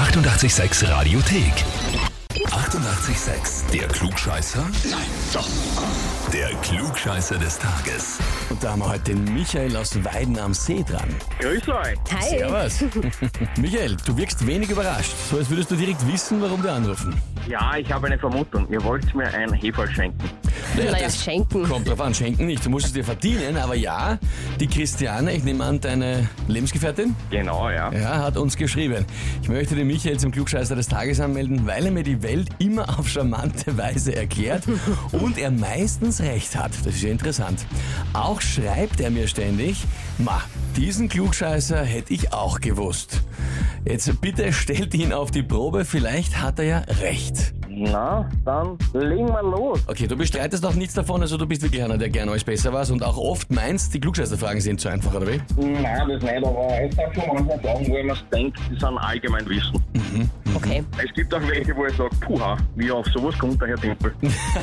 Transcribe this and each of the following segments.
886 Radiothek. 88,6. Der Klugscheißer? Nein, doch. Der Klugscheißer des Tages. Und da haben wir heute den Michael aus Weiden am See dran. Grüß euch. Hi. Servus. Michael, du wirkst wenig überrascht. So als würdest du direkt wissen, warum wir anrufen. Ja, ich habe eine Vermutung. Ihr wollt mir ein Heferl schenken. Naja, das schenken. kommt drauf an, schenken nicht. Du musst es dir verdienen, aber ja, die Christiane, ich nehme an, deine Lebensgefährtin, Genau, ja. ja, hat uns geschrieben. Ich möchte den Michael zum Klugscheißer des Tages anmelden, weil er mir die Welt immer auf charmante Weise erklärt und er meistens recht hat. Das ist ja interessant. Auch schreibt er mir ständig, diesen Klugscheißer hätte ich auch gewusst. Jetzt bitte stellt ihn auf die Probe, vielleicht hat er ja recht. Na, dann legen wir los. Okay, du bestreitest auch nichts davon, also du bist wirklich einer, der gerne alles besser weiß und auch oft meinst, die Klugscheißerfragen sind zu einfach, oder wie? Nein, das nicht, aber es darf schon manchmal Fragen, wo ich mir denke, die sind allgemein Wissen. Okay. Es gibt auch welche, wo ich sage, puha, wie auf sowas kommt der Herr Tempel.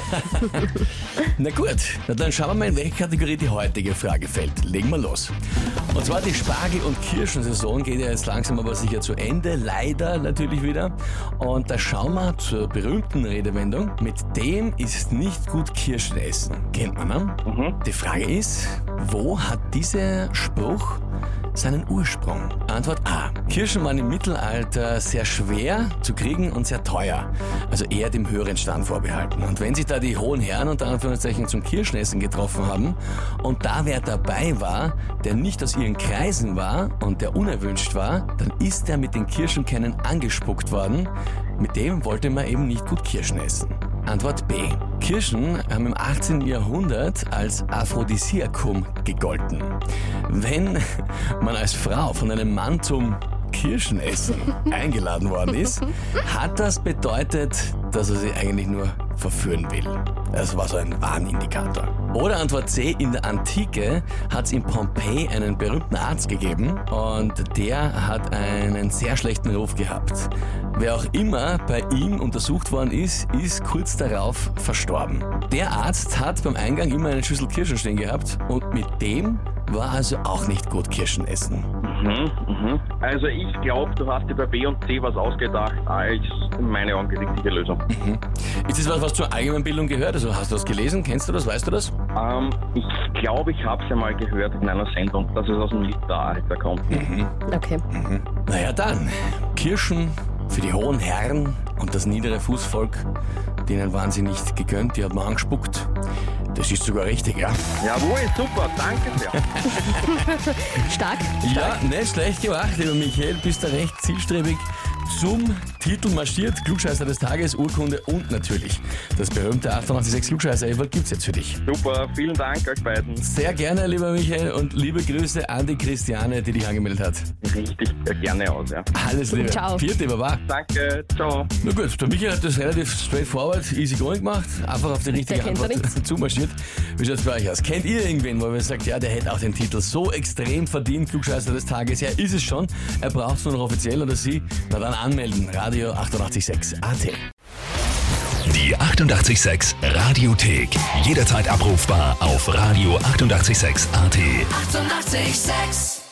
Na gut, dann schauen wir mal, in welche Kategorie die heutige Frage fällt. Legen wir los. Und zwar die Spargel- und Kirschensaison geht ja jetzt langsam aber sicher zu Ende, leider natürlich wieder. Und da schauen wir zur berühmten Redewendung, mit dem ist nicht gut Kirschen essen. Kennt man, ne? Die Frage ist, wo hat dieser Spruch seinen Ursprung? Antwort A. Kirschen waren im Mittelalter sehr schwer zu kriegen und sehr teuer. Also eher dem höheren Stand vorbehalten. Und wenn sich da die hohen Herren unter Anführungszeichen zum Kirschenessen getroffen haben und da wer dabei war, der nicht aus ihren Kreisen war und der unerwünscht war, dann ist er mit den Kirschenkernen angespuckt worden. Mit dem wollte man eben nicht gut Kirschen essen. Antwort B. Kirschen haben im 18. Jahrhundert als Aphrodisiakum gegolten. Wenn man als Frau von einem Mann zum Kirschenessen eingeladen worden ist, hat das bedeutet, dass er sie eigentlich nur verführen will. Das war so ein Warnindikator. Oder Antwort C, in der Antike hat es in Pompeji einen berühmten Arzt gegeben und der hat einen sehr schlechten Ruf gehabt. Wer auch immer bei ihm untersucht worden ist, ist kurz darauf verstorben. Der Arzt hat beim Eingang immer eine Schüssel Kirschen stehen gehabt und mit dem war also auch nicht gut Kirschen essen. Also ich glaube, du hast dir bei B und C was ausgedacht als in meinen Augen die richtige Lösung. Ist das was zur Allgemeinbildung gehört? Also hast du das gelesen? Kennst du das? Weißt du das? Ich glaube, ich habe es ja mal gehört in einer Sendung, dass es aus dem Mittelalter kommt. Okay. Naja dann, Kirschen für die hohen Herren und das niedere Fußvolk, denen waren sie nicht gegönnt, die hat man angespuckt. Das ist sogar richtig, ja? Jawohl, super, danke sehr. Stark. Ja, nicht schlecht gemacht, lieber Michael, bist da recht zielstrebig zum Titel marschiert. Klugscheißer des Tages, Urkunde und natürlich das berühmte 886 Klugscheißer gibt's jetzt für dich. Super, vielen Dank euch beiden. Sehr gerne, lieber Michael, und liebe Grüße an die Christiane, die dich angemeldet hat. Richtig gerne aus, ja. Alles Liebe. Ciao. Vierte, Baba. Danke, ciao. Na gut, der Michael hat das relativ straightforward, easy going gemacht, einfach auf die richtige kennt er Antwort zumarschiert. Wie schaut's bei euch aus? Kennt ihr irgendwen, wo ihr sagt, ja, der hätte auch den Titel so extrem verdient, Klugscheißer des Tages? Ja, ist es schon. Er braucht es nur noch offiziell oder sie. Na dann anmelden, Radio 886 AT. Die 88,6 Radiothek. Jederzeit abrufbar auf Radio 88,6 AT. 88,6.